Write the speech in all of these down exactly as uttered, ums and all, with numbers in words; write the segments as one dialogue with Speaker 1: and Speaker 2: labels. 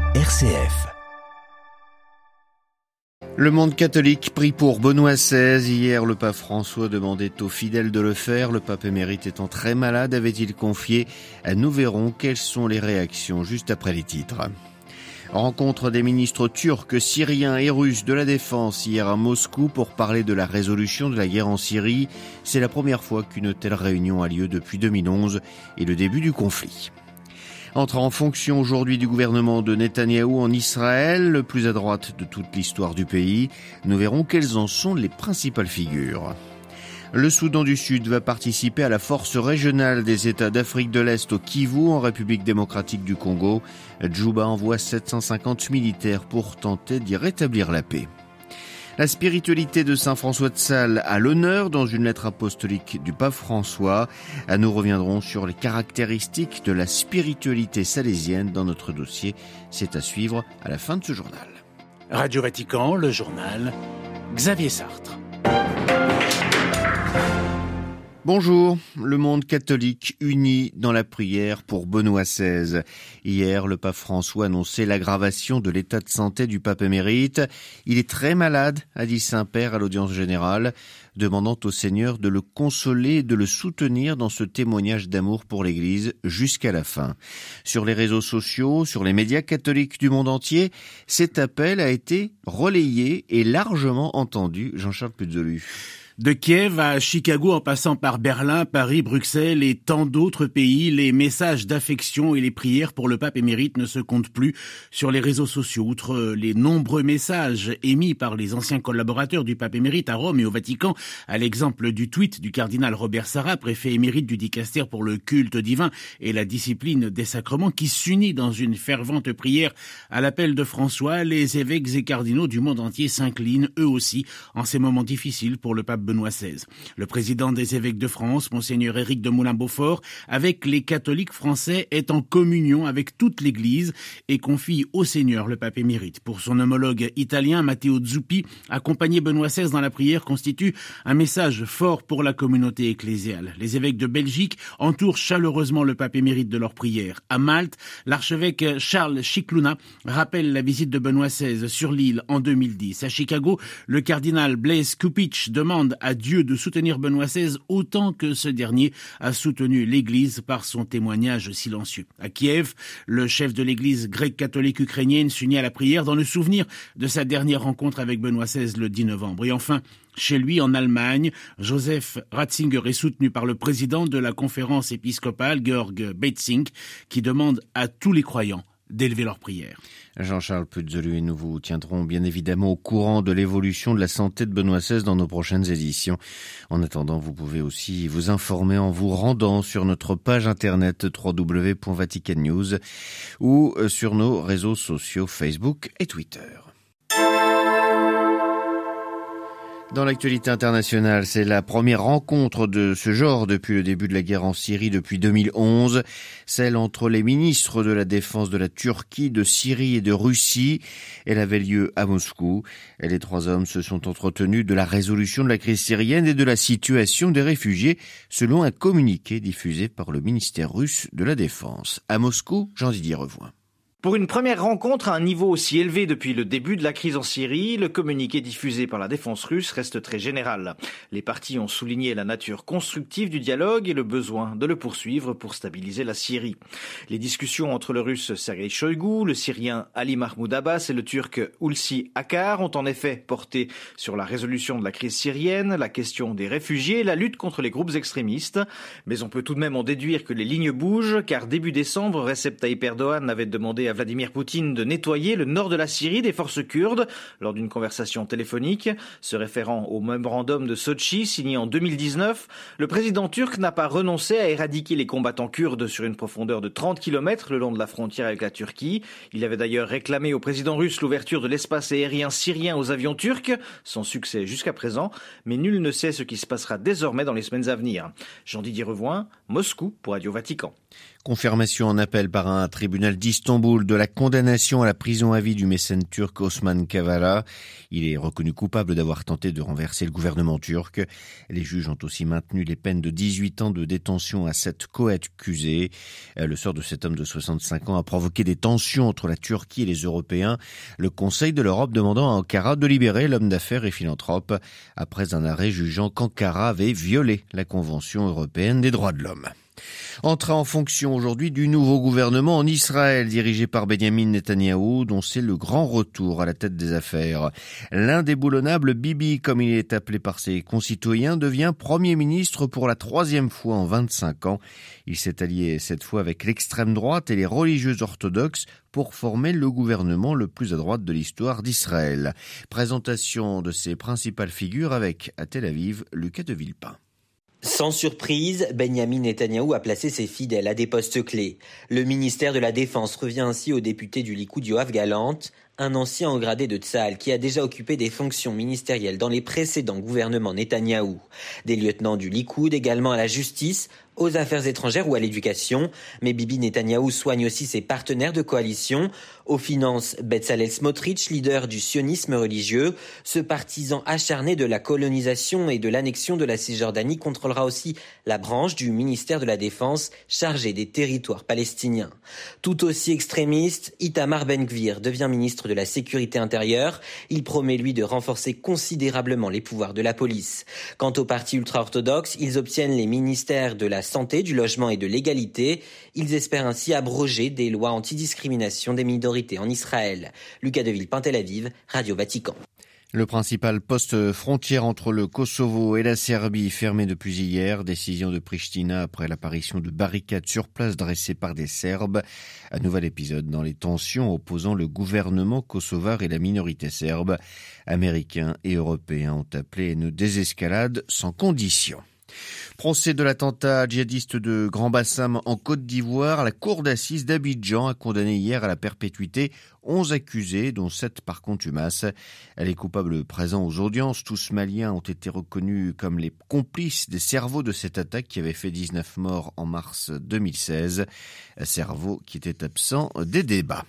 Speaker 1: R C F.
Speaker 2: Le monde catholique prie pour Benoît seize. Hier, le pape François demandait aux fidèles de le faire. Le pape émérite étant très malade, avait-il confié. Nous verrons quelles sont les réactions juste après les titres. Rencontre des ministres turcs, syriens et russes de la défense hier à Moscou pour parler de la résolution de la guerre en Syrie. C'est la première fois qu'une telle réunion a lieu depuis deux mille onze et le début du conflit. Entre en fonction aujourd'hui du gouvernement de Netanyahou en Israël, le plus à droite de toute l'histoire du pays. Nous verrons quelles en sont les principales figures. Le Soudan du Sud va participer à la force régionale des États d'Afrique de l'Est au Kivu, en République démocratique du Congo. Djouba envoie sept cent cinquante militaires pour tenter d'y rétablir la paix. La spiritualité de saint François de Sales à l'honneur dans une lettre apostolique du pape François. Nous reviendrons sur les caractéristiques de la spiritualité salésienne dans notre dossier. C'est à suivre à la fin de ce journal.
Speaker 3: Radio Vatican, le journal, Xavier Sartre.
Speaker 2: Bonjour, le monde catholique uni dans la prière pour Benoît seize. Hier, le pape François annonçait l'aggravation de l'état de santé du pape émérite. Il est très malade, a dit Saint-Père à l'audience générale, demandant au Seigneur de le consoler et de le soutenir dans ce témoignage d'amour pour l'Église jusqu'à la fin. Sur les réseaux sociaux, sur les médias catholiques du monde entier, cet appel a été relayé et largement entendu. Jean-Charles Puzolu.
Speaker 3: De Kiev à Chicago, en passant par Berlin, Paris, Bruxelles et tant d'autres pays, les messages d'affection et les prières pour le pape émérite ne se comptent plus sur les réseaux sociaux. Outre les nombreux messages émis par les anciens collaborateurs du pape émérite à Rome et au Vatican, à l'exemple du tweet du cardinal Robert Sarah, préfet émérite du dicastère pour le culte divin et la discipline des sacrements, qui s'unit dans une fervente prière à l'appel de François, les évêques et cardinaux du monde entier s'inclinent eux aussi en ces moments difficiles pour le pape Benoît seize. Le président des évêques de France, Monseigneur Éric de Moulin-Beaufort, avec les catholiques français, est en communion avec toute l'Église et confie au Seigneur le pape émérite. Pour son homologue italien, Matteo Zuppi, accompagner Benoît seize dans la prière constitue un message fort pour la communauté ecclésiale. Les évêques de Belgique entourent chaleureusement le pape émérite de leur prière. À Malte, l'archevêque Charles Scicluna rappelle la visite de Benoît seize sur l'île en deux mille dix. À Chicago, le cardinal Blaise Cupich demande à Dieu de soutenir Benoît seize autant que ce dernier a soutenu l'Église par son témoignage silencieux. À Kiev, le chef de l'Église grecque-catholique ukrainienne s'unit à la prière dans le souvenir de sa dernière rencontre avec Benoît seize le dix novembre. Et enfin, chez lui, en Allemagne, Joseph Ratzinger est soutenu par le président de la conférence épiscopale, Georg Beitzing, qui demande à tous les croyants d'élever leurs prières.
Speaker 2: Jean-Charles Puzolu, et nous vous tiendrons bien évidemment au courant de l'évolution de la santé de Benoît seize dans nos prochaines éditions. En attendant, vous pouvez aussi vous informer en vous rendant sur notre page internet w w w point vatican news ou sur nos réseaux sociaux Facebook et Twitter. Dans l'actualité internationale, c'est la première rencontre de ce genre depuis le début de la guerre en Syrie depuis deux mille onze, celle entre les ministres de la défense de la Turquie, de Syrie et de Russie. Elle avait lieu à Moscou. Les trois hommes se sont entretenus de la résolution de la crise syrienne et de la situation des réfugiés, selon un communiqué diffusé par le ministère russe de la Défense. À Moscou, Jean-Didier Revoin.
Speaker 4: Pour une première rencontre à un niveau aussi élevé depuis le début de la crise en Syrie, le communiqué diffusé par la défense russe reste très général. Les parties ont souligné la nature constructive du dialogue et le besoin de le poursuivre pour stabiliser la Syrie. Les discussions entre le russe Sergei Shoigu, le syrien Ali Mahmoud Abbas et le turc Hulusi Akar ont en effet porté sur la résolution de la crise syrienne, la question des réfugiés et la lutte contre les groupes extrémistes. Mais on peut tout de même en déduire que les lignes bougent, car début décembre, Recep Tayyip Erdogan avait demandé à Vladimir Poutine de nettoyer le nord de la Syrie des forces kurdes lors d'une conversation téléphonique. Se référant au mémorandum de Sotchi signé en deux mille dix-neuf, le président turc n'a pas renoncé à éradiquer les combattants kurdes sur une profondeur de trente kilomètres le long de la frontière avec la Turquie. Il avait d'ailleurs réclamé au président russe l'ouverture de l'espace aérien syrien aux avions turcs, sans succès jusqu'à présent, mais nul ne sait ce qui se passera désormais dans les semaines à venir. Jean-Didier Revoin, Moscou pour Radio Vatican.
Speaker 2: Confirmation en appel par un tribunal d'Istanbul de la condamnation à la prison à vie du mécène turc Osman Kavala. Il est reconnu coupable d'avoir tenté de renverser le gouvernement turc. Les juges ont aussi maintenu les peines de dix-huit ans de détention à sept co-accusés. Le sort de cet homme de soixante-cinq ans a provoqué des tensions entre la Turquie et les Européens. Le Conseil de l'Europe demandant à Ankara de libérer l'homme d'affaires et philanthrope après un arrêt jugeant qu'Ankara avait violé la Convention européenne des droits de l'homme. Entrée en fonction aujourd'hui du nouveau gouvernement en Israël, dirigé par Benjamin Netanyahou, dont c'est le grand retour à la tête des affaires. L'indéboulonnable Bibi, comme il est appelé par ses concitoyens, devient Premier ministre pour la troisième fois en vingt-cinq ans. Il s'est allié cette fois avec l'extrême droite et les religieux orthodoxes pour former le gouvernement le plus à droite de l'histoire d'Israël. Présentation de ses principales figures avec, à Tel Aviv, Lucas de Villepin.
Speaker 1: Sans surprise, Benjamin Netanyahou a placé ses fidèles à des postes clés. Le ministère de la Défense revient ainsi au député du Likoud Yoav Gallant, un ancien haut gradé de Tsahal qui a déjà occupé des fonctions ministérielles dans les précédents gouvernements Netanyahou. Des lieutenants du Likoud également à la justice, aux affaires étrangères ou à l'éducation. Mais Bibi Netanyahou soigne aussi ses partenaires de coalition. Aux finances, Bezalel Smotrich, leader du sionisme religieux. Ce partisan acharné de la colonisation et de l'annexion de la Cisjordanie contrôlera aussi la branche du ministère de la Défense chargée des territoires palestiniens. Tout aussi extrémiste, Itamar Ben-Gvir devient ministre de la Sécurité intérieure. Il promet, lui, de renforcer considérablement les pouvoirs de la police. Quant aux partis ultra-orthodoxes, ils obtiennent les ministères de la Santé, du Logement et de l'Égalité. Ils espèrent ainsi abroger des lois antidiscrimination des minorités en Israël. Lucas de Villepin, Tel Aviv, Radio Vatican.
Speaker 2: Le principal poste frontière entre le Kosovo et la Serbie fermé depuis hier. Décision de Pristina après l'apparition de barricades sur place dressées par des Serbes. Un nouvel épisode dans les tensions opposant le gouvernement kosovar et la minorité serbe. Américains et Européens ont appelé à une désescalade sans condition. Procès de l'attentat djihadiste de Grand Bassam en Côte d'Ivoire. La cour d'assises d'Abidjan a condamné hier à la perpétuité onze accusés, dont sept par contumace. Les coupables présents aux audiences, tous maliens, ont été reconnus comme les complices des cerveaux de cette attaque qui avait fait dix-neuf morts en mars deux mille seize. Cerveaux qui étaient absents des débats.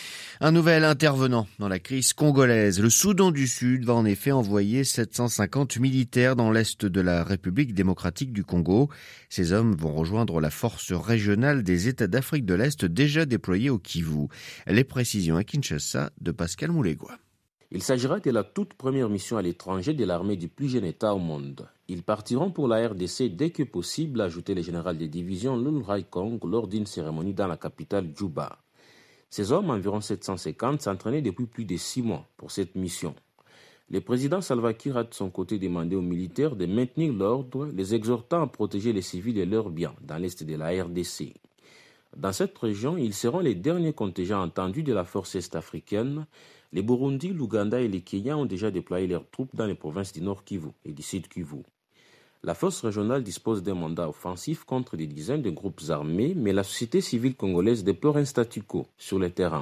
Speaker 2: Un nouvel intervenant dans la crise congolaise. Le Soudan du Sud va en effet envoyer sept cent cinquante militaires dans l'est de la République démocratique du Congo. Ces hommes vont rejoindre la force régionale des États d'Afrique de l'Est déjà déployée au Kivu. Les précisions à Kinshasa de Pascal Moulegua.
Speaker 5: Il s'agira de la toute première mission à l'étranger de l'armée du plus jeune État au monde. Ils partiront pour la R D C dès que possible, a ajouté le général de division Lul Raikong lors d'une cérémonie dans la capitale Djouba. Ces hommes, environ sept cent cinquante, s'entraînaient depuis plus de six mois pour cette mission. Le président Salva Kiir a de son côté demandé aux militaires de maintenir l'ordre, les exhortant à protéger les civils et leurs biens dans l'est de la R D C. Dans cette région, ils seront les derniers contingents entendus de la force est-africaine. Les Burundi, l'Ouganda et les Kenya ont déjà déployé leurs troupes dans les provinces du Nord Kivu et du Sud Kivu. La force régionale dispose d'un mandat offensif contre des dizaines de groupes armés, mais la société civile congolaise déplore un statu quo sur le terrain.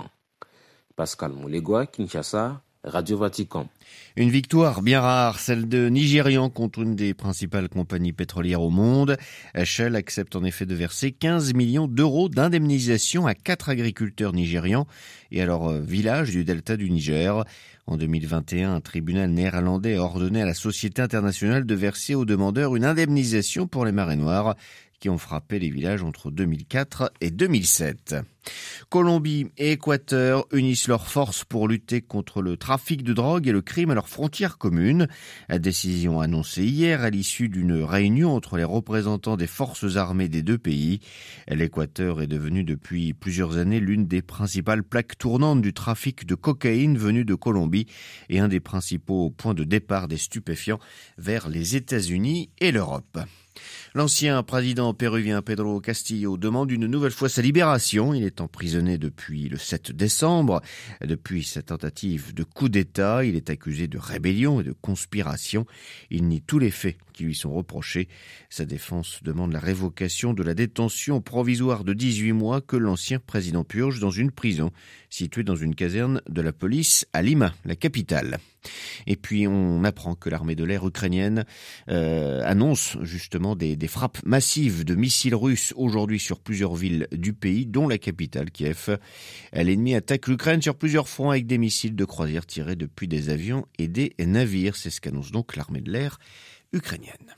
Speaker 5: Pascal Moulegua, Kinshasa, Radio Vatican.
Speaker 2: Une victoire bien rare, celle de Nigérian contre une des principales compagnies pétrolières au monde. Shell accepte en effet de verser quinze millions d'euros d'indemnisation à quatre agriculteurs nigérians et à leur village du delta du Niger. En deux mille vingt et un, un tribunal néerlandais a ordonné à la Société internationale de verser aux demandeurs une indemnisation pour les marées noires qui ont frappé les villages entre deux mille quatre et deux mille sept. Colombie et Équateur unissent leurs forces pour lutter contre le trafic de drogue et le crime à leurs frontières communes. La décision annoncée hier à l'issue d'une réunion entre les représentants des forces armées des deux pays. L'Équateur est devenu depuis plusieurs années l'une des principales plaques tournantes du trafic de cocaïne venue de Colombie et un des principaux points de départ des stupéfiants vers les États-Unis et l'Europe. L'ancien président péruvien Pedro Castillo demande une nouvelle fois sa libération. Il est emprisonné depuis le sept décembre. Depuis sa tentative de coup d'État, il est accusé de rébellion et de conspiration. Il nie tous les faits qui lui sont reprochés. Sa défense demande la révocation de la détention provisoire de dix-huit mois que l'ancien président purge dans une prison située dans une caserne de la police à Lima, la capitale. Et puis on apprend que l'armée de l'air ukrainienne euh, annonce justement des, des frappes massives de missiles russes aujourd'hui sur plusieurs villes du pays, dont la capitale Kiev. L'ennemi attaque l'Ukraine sur plusieurs fronts avec des missiles de croisière tirés depuis des avions et des navires. C'est ce qu'annonce donc l'armée de l'air ukrainienne.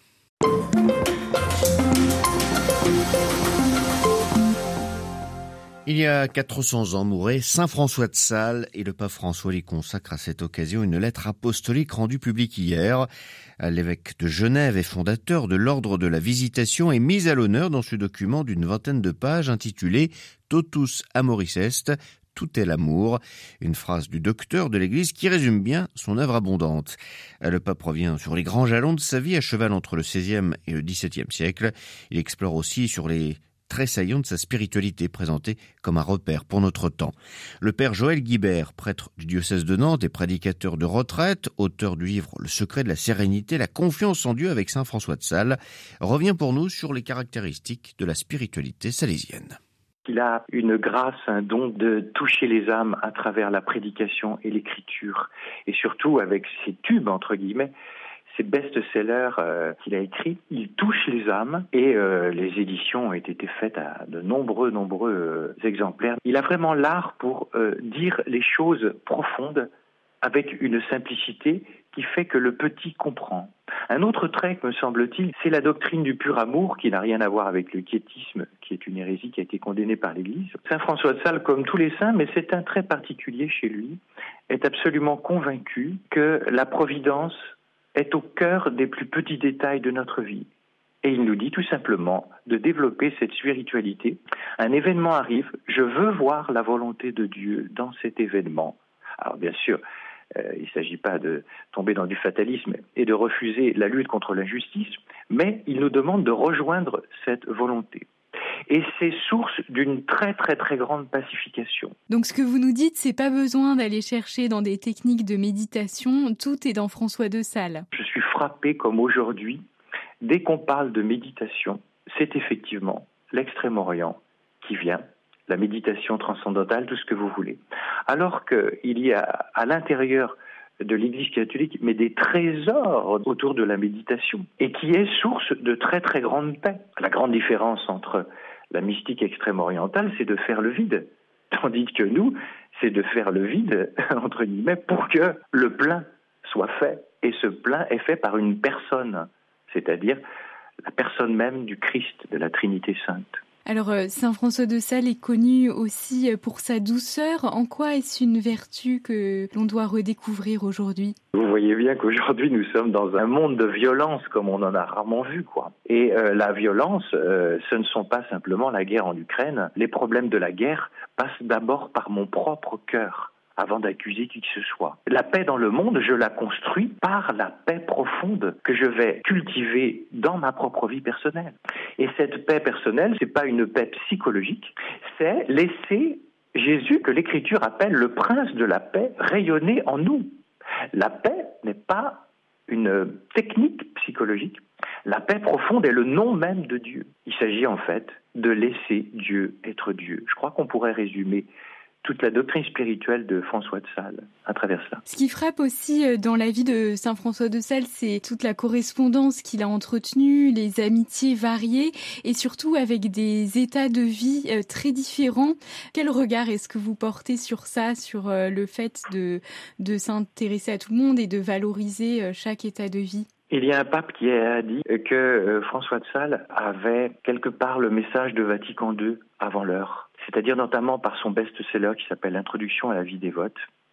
Speaker 2: Il y a quatre cents ans mourait saint François de Sales et le pape François lui consacre à cette occasion une lettre apostolique rendue publique hier. L'évêque de Genève et fondateur de l'ordre de la Visitation est mis à l'honneur dans ce document d'une vingtaine de pages intitulé « Totus amoris est », tout est l'amour, une phrase du docteur de l'Église qui résume bien son œuvre abondante. Le pape revient sur les grands jalons de sa vie à cheval entre le seizième et le dix-septième siècle. Il explore aussi sur les très saillant de sa spiritualité présentée comme un repère pour notre temps. Le père Joël Guibert, prêtre du diocèse de Nantes et prédicateur de retraite, auteur du livre « Le secret de la sérénité, la confiance en Dieu avec saint François de Sales », revient pour nous sur les caractéristiques de la spiritualité salésienne.
Speaker 6: Il a une grâce, un don de toucher les âmes à travers la prédication et l'écriture. Et surtout avec ses tubes, entre guillemets, ces best-sellers euh, qu'il a écrits, il touche les âmes et euh, les éditions ont été faites à de nombreux, nombreux euh, exemplaires. Il a vraiment l'art pour euh, dire les choses profondes avec une simplicité qui fait que le petit comprend. Un autre trait, me semble-t-il, c'est la doctrine du pur amour, qui n'a rien à voir avec le quiétisme, qui est une hérésie qui a été condamnée par l'Église. Saint François de Sales, comme tous les saints, mais c'est un trait particulier chez lui, est absolument convaincu que la providence est au cœur des plus petits détails de notre vie. Et il nous dit tout simplement de développer cette spiritualité. Un événement arrive, je veux voir la volonté de Dieu dans cet événement. Alors bien sûr, euh, il ne s'agit pas de tomber dans du fatalisme et de refuser la lutte contre l'injustice, mais il nous demande de rejoindre cette volonté. Et c'est source d'une très très très grande pacification.
Speaker 7: Donc ce que vous nous dites, c'est pas besoin d'aller chercher dans des techniques de méditation, tout est dans François de Sales.
Speaker 6: Je suis frappé comme aujourd'hui, dès qu'on parle de méditation, c'est effectivement l'Extrême-Orient qui vient, la méditation transcendantale, tout ce que vous voulez. Alors qu'il y a à l'intérieur de l'Église catholique, mais des trésors autour de la méditation, et qui est source de très très grande paix. La grande différence entre la mystique extrême-orientale, c'est de faire le vide, tandis que nous, c'est de faire le vide, entre guillemets, pour que le plein soit fait. Et ce plein est fait par une personne, c'est-à-dire la personne même du Christ, de la Trinité Sainte.
Speaker 7: Alors, saint François de Sales est connu aussi pour sa douceur. En quoi est-ce une vertu que l'on doit redécouvrir aujourd'hui ?
Speaker 6: Vous voyez bien qu'aujourd'hui, nous sommes dans un monde de violence comme on en a rarement vu, quoi. Et euh, la violence, euh, ce ne sont pas simplement la guerre en Ukraine. Les problèmes de la guerre passent d'abord par mon propre cœur, avant d'accuser qui que ce soit. La paix dans le monde, je la construis par la paix profonde que je vais cultiver dans ma propre vie personnelle. Et cette paix personnelle, c'est pas une paix psychologique, c'est laisser Jésus, que l'Écriture appelle le prince de la paix, rayonner en nous. La paix n'est pas une technique psychologique. La paix profonde est le nom même de Dieu. Il s'agit en fait de laisser Dieu être Dieu. Je crois qu'on pourrait résumer toute la doctrine spirituelle de François de Sales à travers cela.
Speaker 7: Ce qui frappe aussi dans la vie de saint François de Sales, c'est toute la correspondance qu'il a entretenue, les amitiés variées et surtout avec des états de vie très différents. Quel regard est-ce que vous portez sur ça, sur le fait de, de s'intéresser à tout le monde et de valoriser chaque état de vie ?
Speaker 6: Il y a un pape qui a dit que François de Sales avait quelque part le message de Vatican deux avant l'heure. C'est-à-dire notamment par son best-seller qui s'appelle « Introduction à la vie dévote ».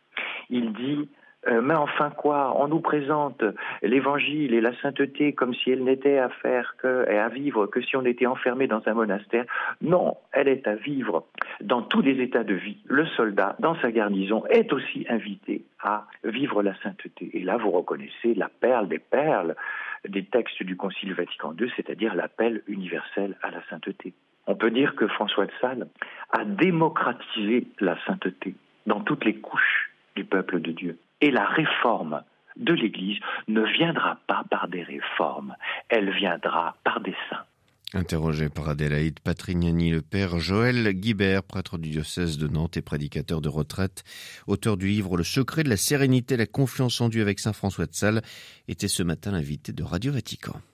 Speaker 6: Il dit euh, « Mais enfin quoi, on nous présente l'évangile et la sainteté comme si elle n'était à faire que, et à vivre que si on était enfermé dans un monastère. Non, elle est à vivre dans tous les états de vie. Le soldat, dans sa garnison, est aussi invité à vivre la sainteté. » Et là, vous reconnaissez la perle des perles des textes du Concile Vatican deux, c'est-à-dire l'appel universel à la sainteté. On peut dire que François de Sales a démocratisé la sainteté dans toutes les couches du peuple de Dieu. Et la réforme de l'Église ne viendra pas par des réformes, elle viendra par des saints.
Speaker 2: Interrogé par Adélaïde Patrignani, le père Joël Guibert, prêtre du diocèse de Nantes et prédicateur de retraite, auteur du livre Le secret de la sérénité, la confiance en Dieu avec saint François de Sales, était ce matin l'invité de Radio Vatican.